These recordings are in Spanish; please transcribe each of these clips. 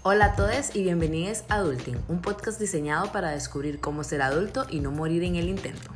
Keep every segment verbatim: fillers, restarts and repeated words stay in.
Hola a todos y bienvenidos a Adulting, un podcast diseñado para descubrir cómo ser adulto y no morir en el intento.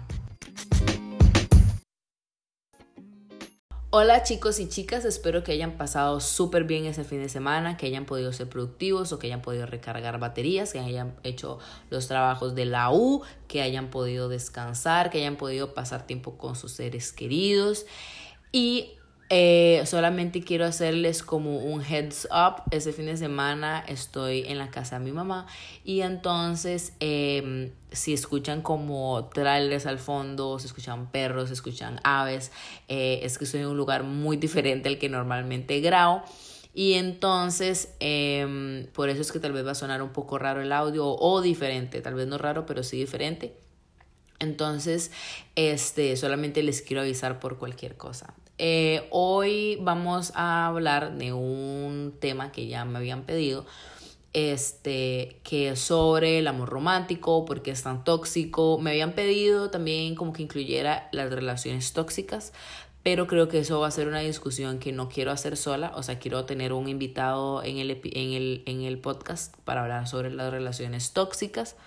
Hola chicos y chicas, espero que hayan pasado súper bien ese fin de semana, que hayan podido ser productivos o que hayan podido recargar baterías, que hayan hecho los trabajos de la U, que hayan podido descansar, que hayan podido pasar tiempo con sus seres queridos. Y eh, solamente quiero hacerles como un heads up. Ese fin de semana estoy en la casa de mi mamá y entonces eh, si escuchan como trailers al fondo, si escuchan perros, si escuchan aves, eh, es que estoy en un lugar muy diferente al que normalmente grabo. Y entonces, eh, por eso es que tal vez va a sonar un poco raro el audio o, o diferente, tal vez no raro, pero sí diferente. Entonces, este, solamente les quiero avisar por cualquier cosa. Eh, hoy vamos a hablar de un tema que ya me habían pedido, este, que es sobre el amor romántico, por qué es tan tóxico. Me habían pedido también como que incluyera las relaciones tóxicas, pero creo que eso va a ser una discusión que no quiero hacer sola. O sea, quiero tener un invitado en el, en el, en el podcast para hablar sobre las relaciones tóxicas.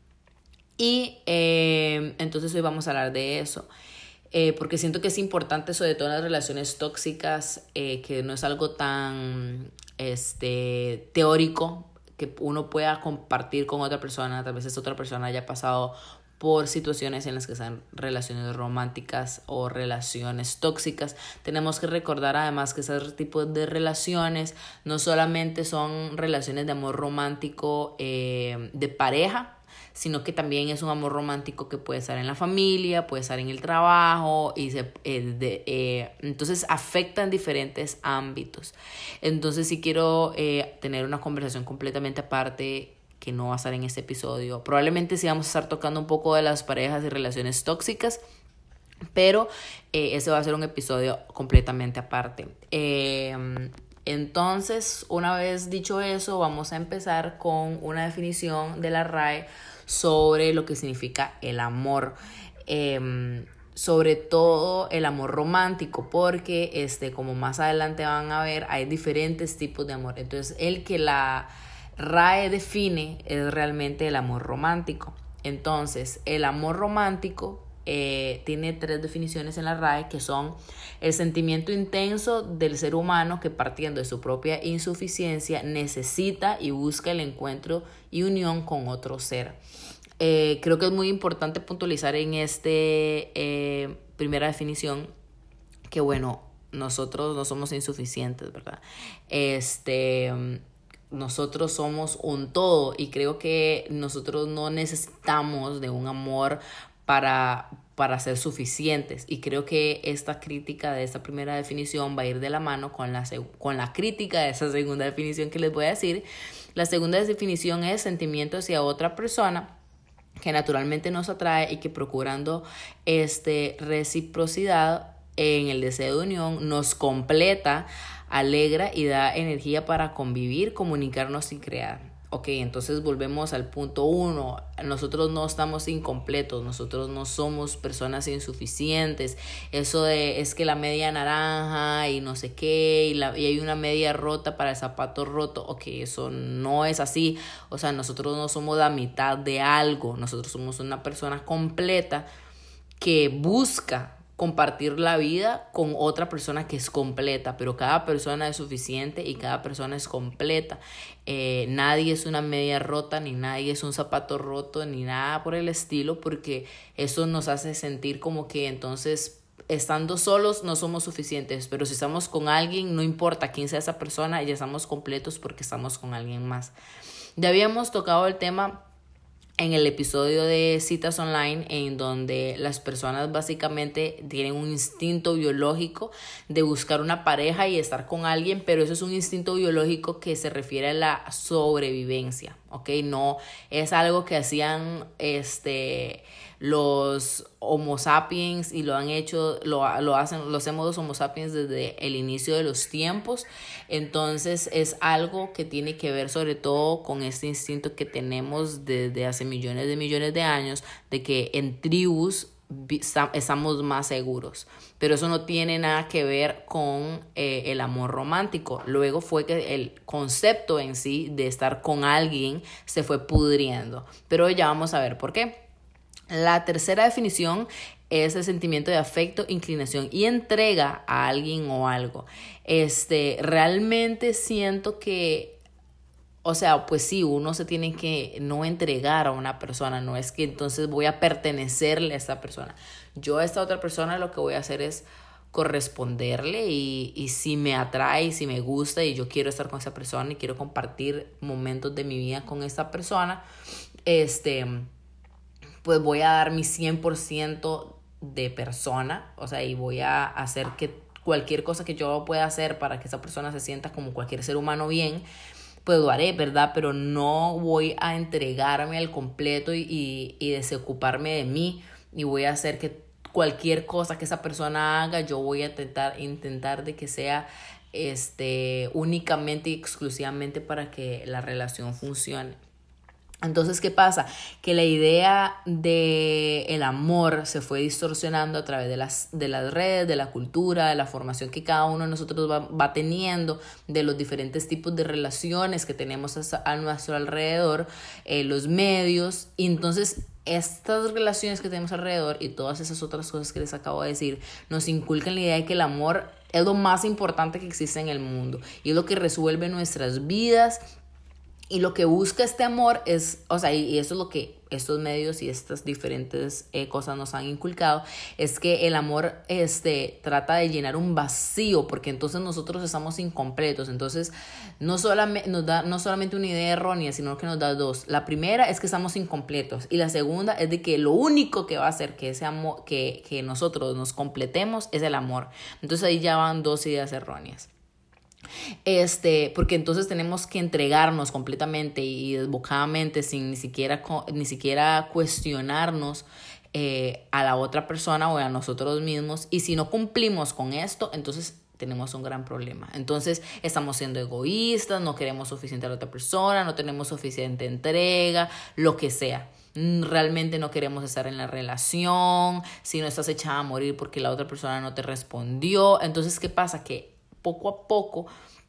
Y eh, entonces hoy vamos a hablar de eso, eh, porque siento que es importante, sobre todo en las relaciones tóxicas, eh, que no es algo tan este, teórico, que uno pueda compartir con otra persona. Tal vez esa otra persona haya pasado por situaciones en las que sean relaciones románticas o relaciones tóxicas. Tenemos que recordar además que ese tipo de relaciones no solamente son relaciones de amor romántico eh, de pareja, sino que también es un amor romántico que puede estar en la familia, puede estar en el trabajo, y se, eh, de, eh, entonces afecta en diferentes ámbitos. Entonces sí quiero eh, tener una conversación completamente aparte que no va a estar en este episodio. Probablemente sí vamos a estar tocando un poco de las parejas y relaciones tóxicas, pero eh, ese va a ser un episodio completamente aparte. Eh, entonces, una vez dicho eso, vamos a empezar con una definición de la R A E sobre lo que significa el amor, eh, sobre todo el amor romántico, porque este, como más adelante van a ver, hay diferentes tipos de amor. Entonces, el que la R A E define es realmente el amor romántico. Entonces, el amor romántico eh, tiene tres definiciones en la R A E, que son el sentimiento intenso del ser humano que, partiendo de su propia insuficiencia, necesita y busca el encuentro y unión con otro ser. Eh, creo que es muy importante puntualizar en esta eh, primera definición que, bueno, nosotros no somos insuficientes, ¿verdad? Este, nosotros somos un todo y creo que nosotros no necesitamos de un amor para, para ser suficientes, y creo que esta crítica de esta primera definición va a ir de la mano con la, con la crítica de esa segunda definición que les voy a decir. La segunda definición es sentimiento hacia otra persona que naturalmente nos atrae y que, procurando este, reciprocidad en el deseo de unión, nos completa, alegra y da energía para convivir, comunicarnos y crear. Ok, entonces volvemos al punto uno. Nosotros no estamos incompletos, nosotros no somos personas insuficientes. Eso de es que la media naranja y no sé qué, y, la, y hay una media rota para el zapato roto. Ok, eso no es así. O sea, nosotros no somos la mitad de algo. Nosotros somos una persona completa que busca compartir la vida con otra persona que es completa, pero cada persona es suficiente y cada persona es completa. Eh, nadie es una media rota, ni nadie es un zapato roto, ni nada por el estilo, porque eso nos hace sentir como que entonces, estando solos no somos suficientes, pero si estamos con alguien, no importa quién sea esa persona, ya estamos completos porque estamos con alguien más. Ya habíamos tocado el tema en el episodio de citas online, en donde las personas básicamente tienen un instinto biológico de buscar una pareja y estar con alguien, pero eso es un instinto biológico que se refiere a la sobrevivencia, ¿ok? No es algo que hacían este, los Homo sapiens y lo han hecho, lo, lo hacen, lo hacemos los Homo sapiens desde el inicio de los tiempos. Entonces es algo que tiene que ver sobre todo con este instinto que tenemos desde hace millones de millones de años, de que en tribus estamos más seguros. Pero eso no tiene nada que ver con eh, el amor romántico. Luego fue que el concepto en sí de estar con alguien se fue pudriendo. Pero ya vamos a ver por qué. La tercera definición es el sentimiento de afecto, inclinación y entrega a alguien o algo. Este, realmente siento que, o sea, pues sí, uno se tiene que no entregar a una persona, no es que entonces voy a pertenecerle a esta persona. Yo a esta otra persona lo que voy a hacer es corresponderle y, y si me atrae, si me gusta y yo quiero estar con esa persona y quiero compartir momentos de mi vida con esta persona, este, pues voy a dar mi cien por ciento de persona, o sea, y voy a hacer que cualquier cosa que yo pueda hacer para que esa persona se sienta como cualquier ser humano bien, pues lo haré, ¿verdad? Pero no voy a entregarme al completo y, y, y desocuparme de mí y voy a hacer que cualquier cosa que esa persona haga, yo voy a intentar, intentar de que sea este, únicamente y exclusivamente para que la relación funcione. Entonces, ¿qué pasa? Que la idea de el amor se fue distorsionando a través de las, de las redes, de la cultura, de la formación que cada uno de nosotros va, va teniendo, de los diferentes tipos de relaciones que tenemos a, a nuestro alrededor, eh, los medios. Y entonces, estas relaciones que tenemos alrededor y todas esas otras cosas que les acabo de decir, nos inculcan la idea de que el amor es lo más importante que existe en el mundo y es lo que resuelve nuestras vidas. Y lo que busca este amor es, o sea, y eso es lo que estos medios y estas diferentes eh, cosas nos han inculcado, es que el amor este, trata de llenar un vacío, porque entonces nosotros estamos incompletos. Entonces, no solamente nos da no solamente una idea errónea, sino que nos da dos. La primera es que estamos incompletos, y la segunda es de que lo único que va a hacer que ese amor, que, que nosotros nos completemos es el amor. Entonces ahí ya van dos ideas erróneas. Este, porque entonces tenemos que entregarnos completamente y desbocadamente sin ni siquiera, ni siquiera cuestionarnos eh, a la otra persona o a nosotros mismos. Y si no cumplimos con esto, entonces tenemos un gran problema. Entonces estamos siendo egoístas, no queremos suficiente a la otra persona, no tenemos suficiente entrega, lo que sea. Realmente no queremos estar en la relación, si no estás echada a morir porque la otra persona no te respondió. Entonces, ¿qué pasa? Que poco a poco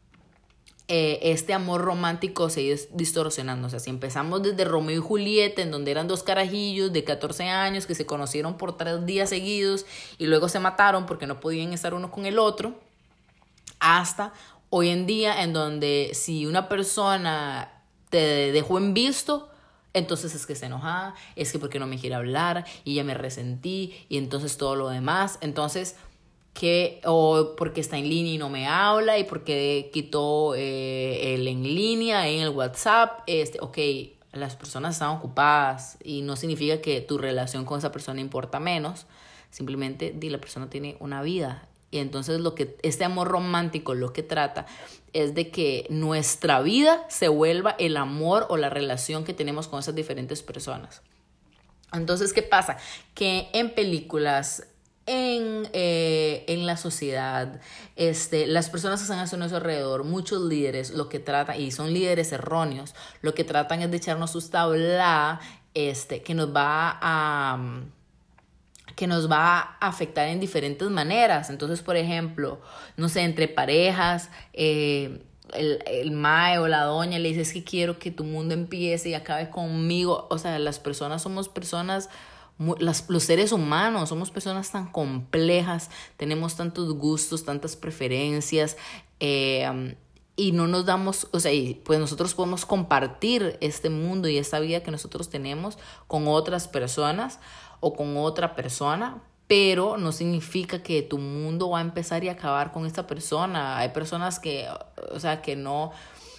eh, este amor romántico se ha ido distorsionando. O sea, si empezamos desde Romeo y Julieta, en donde eran dos carajillos de catorce años que se conocieron por tres días seguidos y luego se mataron porque no podían estar uno con el otro, hasta hoy en día, en donde si una persona te dejó en visto, entonces es que está enojada, es que porque no me quiere hablar y ya me resentí y entonces todo lo demás. Entonces, que o porque está en línea y no me habla y porque quitó eh, el en línea en el WhatsApp, este, ok, las personas están ocupadas y no significa que tu relación con esa persona importa menos, simplemente di, la persona tiene una vida. Y entonces lo que este amor romántico lo que trata es de que nuestra vida se vuelva el amor o la relación que tenemos con esas diferentes personas. Entonces, ¿qué pasa? Que en películas, en, eh, en la sociedad, este, las personas que están a nuestro alrededor, muchos líderes, lo que tratan, y son líderes erróneos, lo que tratan es de echarnos sus tabla, este, que nos va a... que nos va a afectar en diferentes maneras. Entonces, por ejemplo, no sé, entre parejas, eh, el, el mae o la doña le dice, es que quiero que tu mundo empiece y acabe conmigo. O sea, las personas somos personas, muy, las, los seres humanos somos personas tan complejas, tenemos tantos gustos, tantas preferencias, eh, y no nos damos, o sea, pues nosotros podemos compartir este mundo y esta vida que nosotros tenemos con otras personas o con otra persona, pero no significa que tu mundo va a empezar y acabar con esta persona. Hay personas que, o sea, que no...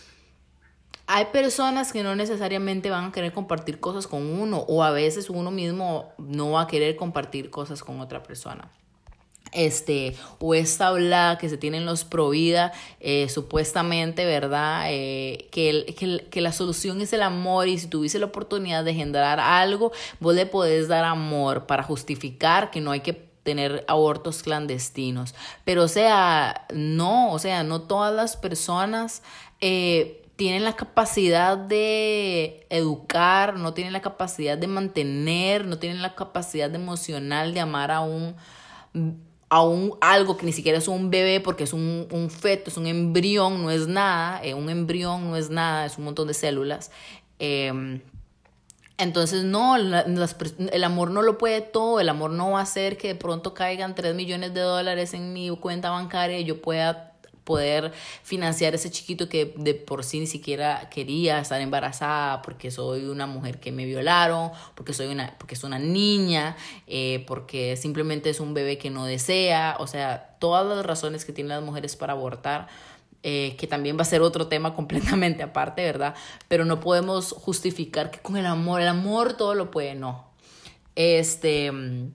Hay personas que no necesariamente van a querer compartir cosas con uno, o a veces uno mismo no va a querer compartir cosas con otra persona. Este, o esta hablada que se tienen los pro vida, eh, supuestamente, ¿verdad? Eh, que, el, que, el, que la solución es el amor, y si tuviese la oportunidad de generar algo, vos le podés dar amor para justificar que no hay que tener abortos clandestinos. Pero, o sea, no, o sea, no todas las personas... Eh, tienen la capacidad de educar, no tienen la capacidad de mantener, no tienen la capacidad emocional de amar a un, a un algo que ni siquiera es un bebé, porque es un, un feto, es un embrión, no es nada, eh, un embrión no es nada, es un montón de células. Eh, entonces no, la, las, el amor no lo puede todo, el amor no va a hacer que de pronto caigan tres millones de dólares en mi cuenta bancaria y yo pueda poder financiar a ese chiquito que de por sí ni siquiera quería estar embarazada, porque soy una mujer que me violaron, porque soy una, porque es una niña, eh, porque simplemente es un bebé que no desea. O sea, todas las razones que tienen las mujeres para abortar, eh, que también va a ser otro tema completamente aparte, ¿verdad? Pero no podemos justificar que con el amor, el amor todo lo puede, no. Este...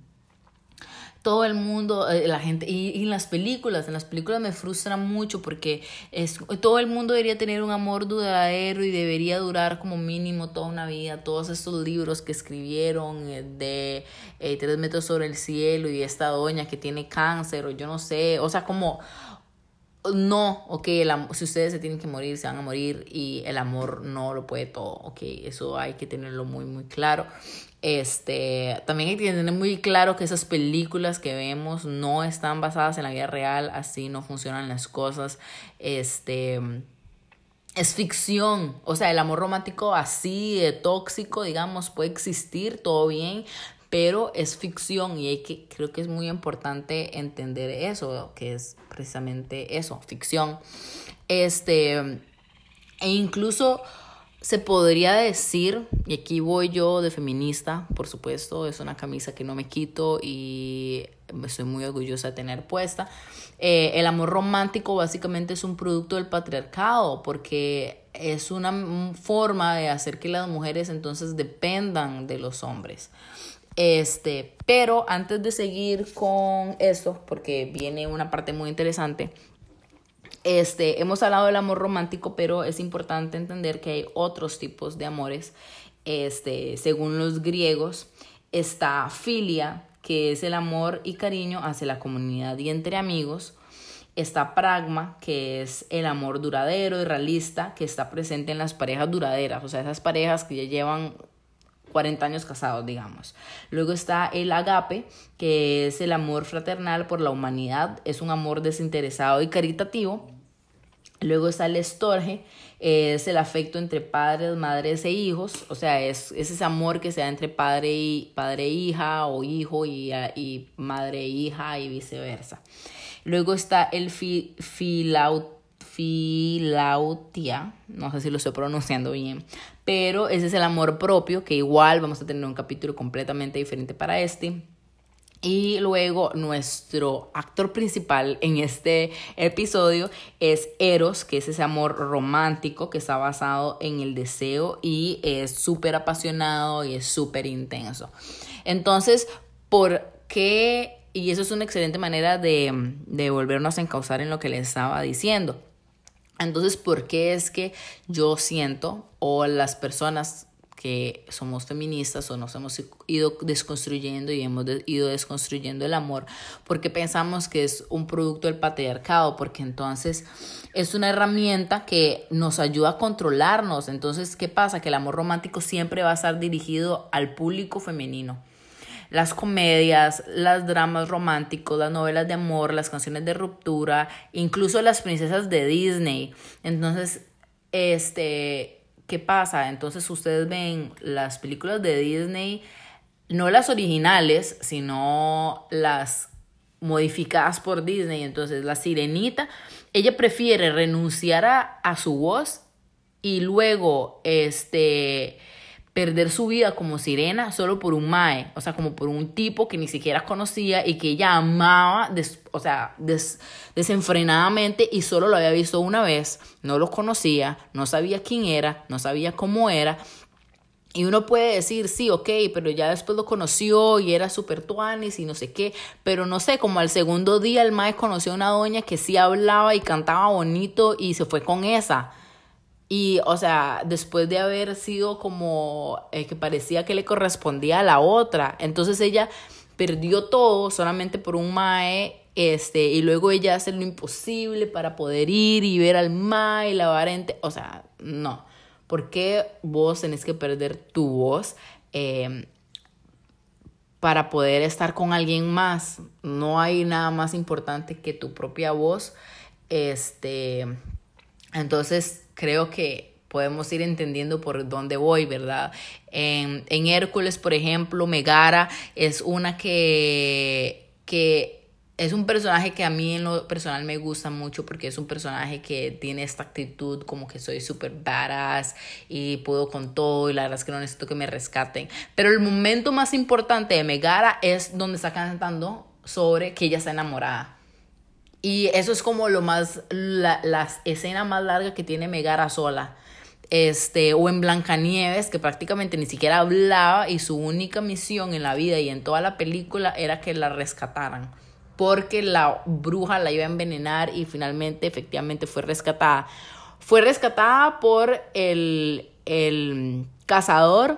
Todo el mundo, eh, la gente, y, y en las películas, en las películas me frustra mucho porque es, todo el mundo debería tener un amor duradero y debería durar como mínimo toda una vida. Todos estos libros que escribieron eh, de eh, Tres metros sobre el cielo y esta doña que tiene cáncer o yo no sé, o sea, como... No, ok, el am- si ustedes se tienen que morir, se van a morir y el amor no lo puede todo, ok, eso hay que tenerlo muy, muy claro. Este, también hay que tener muy claro que esas películas que vemos no están basadas en la vida real, así no funcionan las cosas. Este, es ficción, o sea, el amor romántico así de tóxico, digamos, puede existir, todo bien, pero es ficción y hay que, creo que es muy importante entender eso, que es precisamente eso, ficción. Este, e incluso se podría decir, y aquí voy yo de feminista, por supuesto, es una camisa que no me quito y estoy muy orgullosa de tener puesta. Eh, el amor romántico básicamente es un producto del patriarcado, porque es una forma de hacer que las mujeres entonces dependan de los hombres. Este, pero antes de seguir con esto, porque viene una parte muy interesante, este, hemos hablado del amor romántico, pero es importante entender que hay otros tipos de amores. Este, según los griegos, está filia, que es el amor y cariño hacia la comunidad y entre amigos. Está pragma, que es el amor duradero y realista, que está presente en las parejas duraderas, o sea, esas parejas que ya llevan cuarenta años casados, digamos. Luego está el agape, que es el amor fraternal por la humanidad, es un amor desinteresado y caritativo. Luego está el estorge, es el afecto entre padres, madres e hijos, o sea, es, es ese amor que se da entre padre y padre e hija, o hijo y, y madre e hija, y viceversa. Luego está el fi, filaut, filautia, no sé si lo estoy pronunciando bien, pero ese es el amor propio, que igual vamos a tener un capítulo completamente diferente para este. Y luego nuestro actor principal en este episodio es Eros, que es ese amor romántico que está basado en el deseo y es súper apasionado y es súper intenso. Entonces, ¿por qué? Y eso es una excelente manera de, de volvernos a encauzar en lo que les estaba diciendo. Entonces, ¿por qué es que yo siento, o las personas que somos feministas o nos hemos ido desconstruyendo y hemos de, ido desconstruyendo el amor, porque pensamos que es un producto del patriarcado? Porque entonces es una herramienta que nos ayuda a controlarnos. Entonces, ¿qué pasa? Que el amor romántico siempre va a estar dirigido al público femenino. Las comedias, los dramas románticos, las novelas de amor, las canciones de ruptura, incluso las princesas de Disney. Entonces, este, ¿qué pasa? Entonces ustedes ven las películas de Disney, no las originales, sino las modificadas por Disney. Entonces, la Sirenita, ella prefiere renunciar a, a su voz y luego, este... perder su vida como sirena solo por un mae, o sea, como por un tipo que ni siquiera conocía y que ella amaba, des, o sea, des, desenfrenadamente, y solo lo había visto una vez, no lo conocía, no sabía quién era, no sabía cómo era. Y uno puede decir, sí, ok, pero ya después lo conoció y era súper tuanis y no sé qué, pero no sé, como al segundo día el mae conoció a una doña que sí hablaba y cantaba bonito y se fue con esa. Y, o sea, después de haber sido como eh, que parecía que le correspondía a la otra, entonces ella perdió todo solamente por un mae este, y luego ella hace lo imposible para poder ir y ver al ma y la varente, o sea, no, ¿por qué vos tenés que perder tu voz eh, para poder estar con alguien más? No hay nada más importante que tu propia voz. Este, entonces creo que podemos ir entendiendo por dónde voy, ¿verdad? En, en Hércules, por ejemplo, Megara es una que, que es un personaje que a mí en lo personal me gusta mucho porque es un personaje que tiene esta actitud como que soy súper badass y puedo con todo y la verdad es que no necesito que me rescaten. Pero el momento más importante de Megara es donde está cantando sobre que ella está enamorada. Y eso es como lo más, la, la escena más larga que tiene Megara sola. Este, o en Blancanieves, que prácticamente ni siquiera hablaba y su única misión en la vida y en toda la película era que la rescataran. Porque la bruja la iba a envenenar y finalmente efectivamente fue rescatada. Fue rescatada por el, el cazador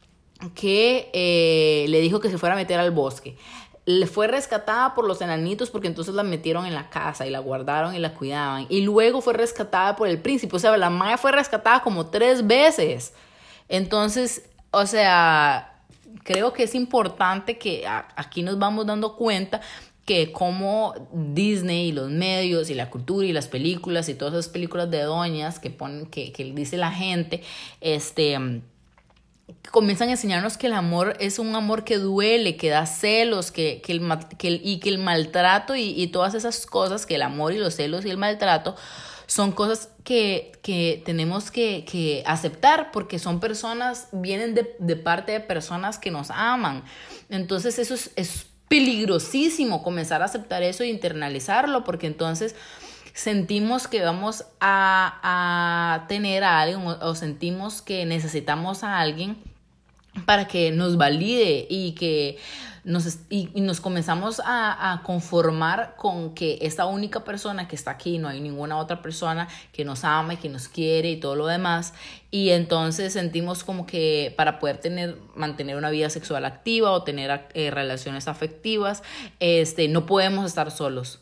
que eh, le dijo que se fuera a meter al bosque. Le fue rescatada por los enanitos porque entonces la metieron en la casa y la guardaron y la cuidaban. Y luego fue rescatada por el príncipe. O sea, la maga fue rescatada como tres veces. Entonces, o sea, creo que es importante que a, aquí nos vamos dando cuenta que como Disney y los medios y la cultura y las películas y todas esas películas de doñas que ponen, que, que dice la gente, este, comienzan a enseñarnos que el amor es un amor que duele, que da celos, que, que el, que el, y que el maltrato y, y todas esas cosas, que el amor y los celos y el maltrato son cosas que, que tenemos que, que aceptar porque son personas, vienen de, de parte de personas que nos aman. Entonces eso es, es peligrosísimo comenzar a aceptar eso e internalizarlo porque entonces sentimos que vamos a, a tener a alguien o, o sentimos que necesitamos a alguien para que nos valide y que nos, y, y nos comenzamos a, a conformar con que esta única persona que está aquí, no hay ninguna otra persona que nos ama y que nos quiere y todo lo demás, y entonces sentimos como que para poder tener, mantener una vida sexual activa o tener eh, relaciones afectivas, este, no podemos estar solos.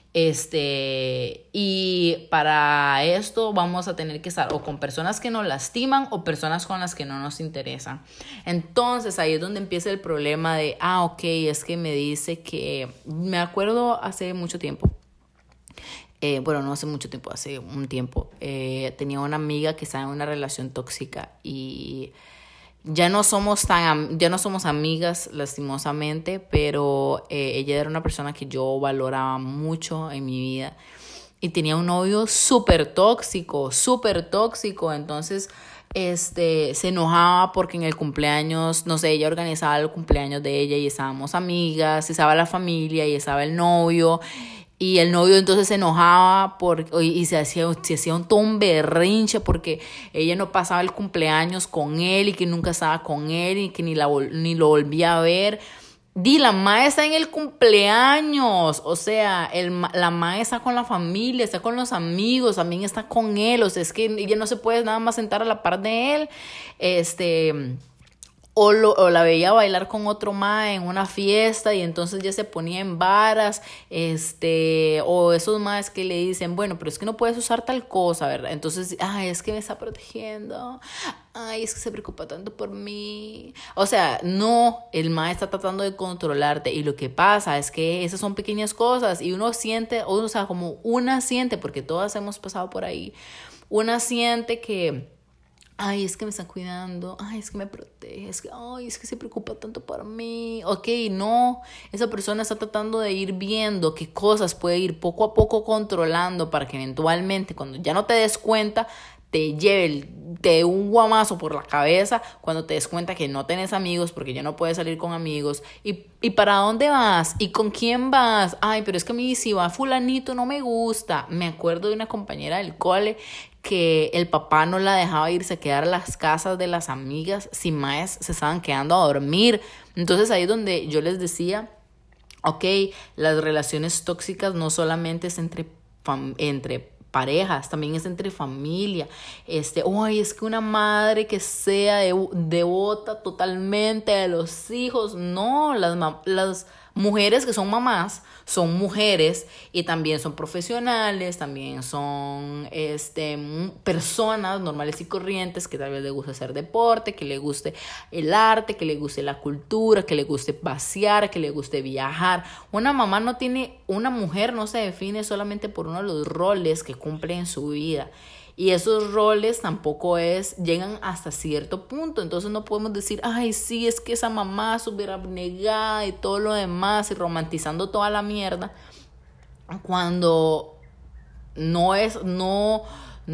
Este, y para esto vamos a tener que estar o con personas que nos lastiman o personas con las que no nos interesan. Entonces ahí es donde empieza el problema de, ah, ok, es que me dice que, me acuerdo hace mucho tiempo, eh, bueno, no hace mucho tiempo, hace un tiempo, eh, tenía una amiga que estaba en una relación tóxica y ya no somos tan, ya no somos amigas lastimosamente, pero eh, ella era una persona que yo valoraba mucho en mi vida y tenía un novio súper tóxico, súper tóxico, entonces este, se enojaba porque en el cumpleaños, no sé, ella organizaba el cumpleaños de ella y estábamos amigas, y estaba la familia y estaba el novio. Y el novio entonces se enojaba por, y se hacía, se hacía un, todo un berrinche porque ella no pasaba el cumpleaños con él y que nunca estaba con él y que ni, la, ni lo volvía a ver. Di, la mae está en el cumpleaños, o sea, el, la mae está con la familia, está con los amigos, también está con él, o sea, es que ella no se puede nada más sentar a la par de él, este... O, lo, o la veía bailar con otro mae en una fiesta y entonces ya se ponía en varas, este, o esos maes que le dicen, bueno, pero es que no puedes usar tal cosa, ¿verdad? Entonces, ay, es que me está protegiendo, ay, es que se preocupa tanto por mí. O sea, no, el mae está tratando de controlarte y lo que pasa es que esas son pequeñas cosas y uno siente, o sea, como una siente, porque todas hemos pasado por ahí, una siente que... ay, es que me está cuidando, ay, es que me protege, es que, ay, es que se preocupa tanto por mí. Ok, no, esa persona está tratando de ir viendo qué cosas puede ir poco a poco controlando para que eventualmente, cuando ya no te des cuenta, te lleve el, te dé un guamazo por la cabeza cuando te des cuenta que no tenés amigos porque ya no puedes salir con amigos. ¿Y, y para dónde vas? ¿Y con quién vas? Ay, pero es que a mí si va fulanito no me gusta. Me acuerdo de una compañera del cole que el papá no la dejaba irse a quedar a las casas de las amigas si más se estaban quedando a dormir. Entonces ahí es donde yo les decía, ok, las relaciones tóxicas no solamente es entre, fam- entre parejas, también es entre familia. Este, ay, es que una madre que sea de, devota totalmente de los hijos, no, las, las mujeres que son mamás, son mujeres y también son profesionales, también son este, personas normales y corrientes que tal vez les guste hacer deporte, que les guste el arte, que les guste la cultura, que les guste pasear, que les guste viajar. Una mamá no tiene, una mujer no se define solamente por uno de los roles que cumple en su vida. Y esos roles tampoco es, llegan hasta cierto punto. Entonces no podemos decir, ay, sí, es que esa mamá súper abnegada y todo lo demás y romantizando toda la mierda. Cuando no es, no,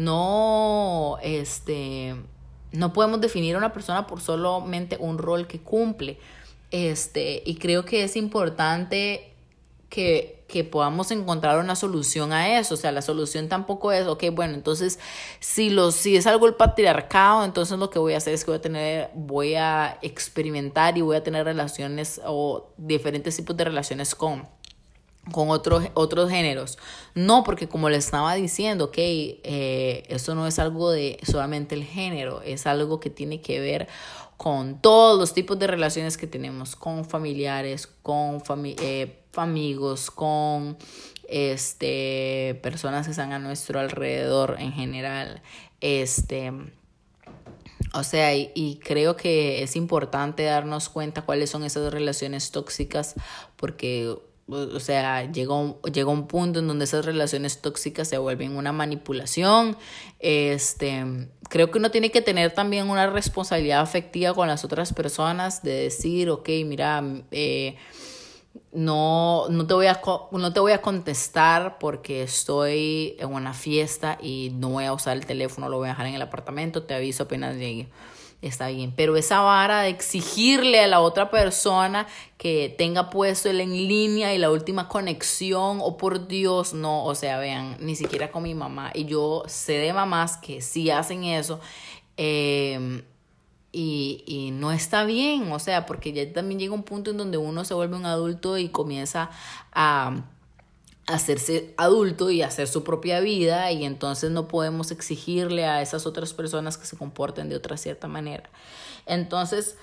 no, este, no podemos definir a una persona por solamente un rol que cumple. Este, y creo que es importante que, que podamos encontrar una solución a eso. O sea, la solución tampoco es, ok, bueno, entonces si, los, si es algo el patriarcado, entonces lo que voy a hacer es que voy a tener, voy a experimentar y voy a tener relaciones o diferentes tipos de relaciones con, con otros, otros géneros. No, porque como les estaba diciendo, ok, eh, eso no es algo de solamente el género, es algo que tiene que ver con todos los tipos de relaciones que tenemos con familiares, con fami- eh, amigos, con este, personas que están a nuestro alrededor en general. Este, o sea, y, y creo que es importante darnos cuenta cuáles son esas relaciones tóxicas, porque o sea, llega un, llega un punto en donde esas relaciones tóxicas se vuelven una manipulación. Este, creo que uno tiene que tener también una responsabilidad afectiva con las otras personas, de decir, ok, mira, eh, no, no, te voy a, no te voy a contestar porque estoy en una fiesta y no voy a usar el teléfono, lo voy a dejar en el apartamento, te aviso apenas llegue. Está bien, pero esa vara de exigirle a la otra persona que tenga puesto el en línea y la última conexión, oh por Dios, no, o sea, vean, ni siquiera con mi mamá, y yo sé de mamás que sí hacen eso, eh, y, y no está bien, o sea, porque ya también llega un punto en donde uno se vuelve un adulto y comienza a hacerse adulto y hacer su propia vida, y entonces no podemos exigirle a esas otras personas que se comporten de otra cierta manera. Entonces,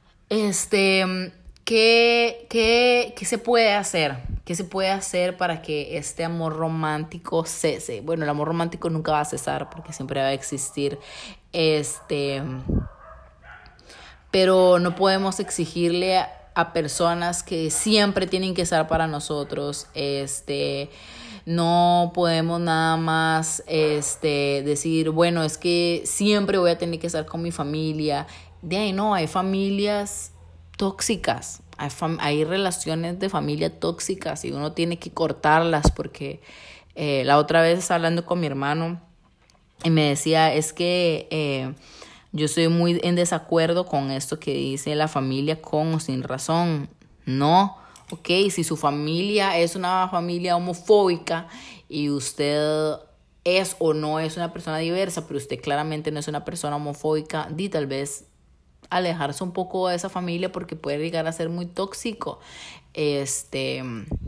este, ¿qué, qué, qué se puede hacer? ¿Qué se puede hacer para que este amor romántico cese? Bueno, el amor romántico nunca va a cesar porque siempre va a existir, este, pero no podemos exigirle a a personas que siempre tienen que estar para nosotros. Este, no podemos nada más este, decir, bueno, es que siempre voy a tener que estar con mi familia. De ahí no, hay familias tóxicas, hay, fam- hay relaciones de familia tóxicas y uno tiene que cortarlas, porque eh, la otra vez estaba hablando con mi hermano y me decía, es que Eh, yo estoy muy en desacuerdo con esto que dice la familia con o sin razón. No, ok, si su familia es una familia homofóbica y usted es o no es una persona diversa, pero usted claramente no es una persona homofóbica, di tal vez alejarse un poco de esa familia porque puede llegar a ser muy tóxico. Este,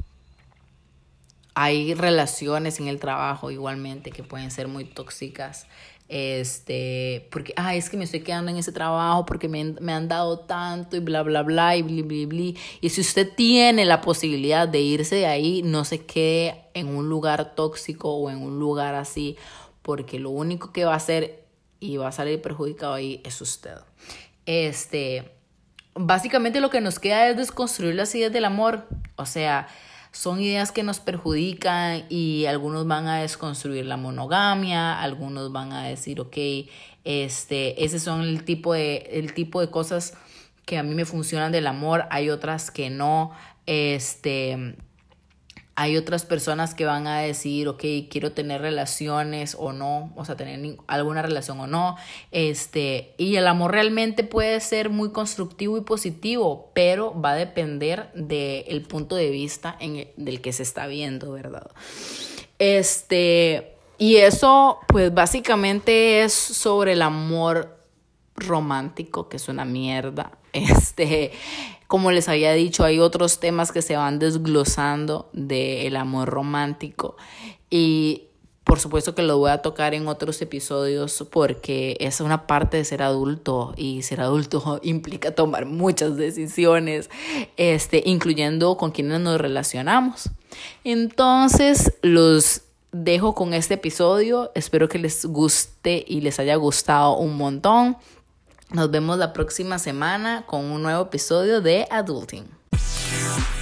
hay relaciones en el trabajo igualmente que pueden ser muy tóxicas. Este, porque, ay, es que me estoy quedando en ese trabajo porque me, me han dado tanto y bla, bla, bla, y bli, bli, bli. Y si usted tiene la posibilidad de irse de ahí, no se quede en un lugar tóxico o en un lugar así, porque lo único que va a hacer y va a salir perjudicado ahí es usted. Este, básicamente lo que nos queda es desconstruir las ideas del amor. O sea, son ideas que nos perjudican y algunos van a desconstruir la monogamia, algunos van a decir, ok, este, ese son el tipo de, el tipo de cosas que a mí me funcionan del amor, hay otras que no, este... Hay otras personas que van a decir, ok, quiero tener relaciones o no, o sea, tener alguna relación o no. Este, y el amor realmente puede ser muy constructivo y positivo, pero va a depender del punto de vista en el, del que se está viendo, ¿verdad? Este, y eso, pues básicamente es sobre el amor romántico, que es una mierda. Este, como les había dicho, hay otros temas que se van desglosando del amor romántico y por supuesto que lo voy a tocar en otros episodios porque es una parte de ser adulto y ser adulto implica tomar muchas decisiones, este, incluyendo con quienes nos relacionamos. Entonces, los dejo con este episodio. Espero que les guste y les haya gustado un montón. Nos vemos la próxima semana con un nuevo episodio de Adulting.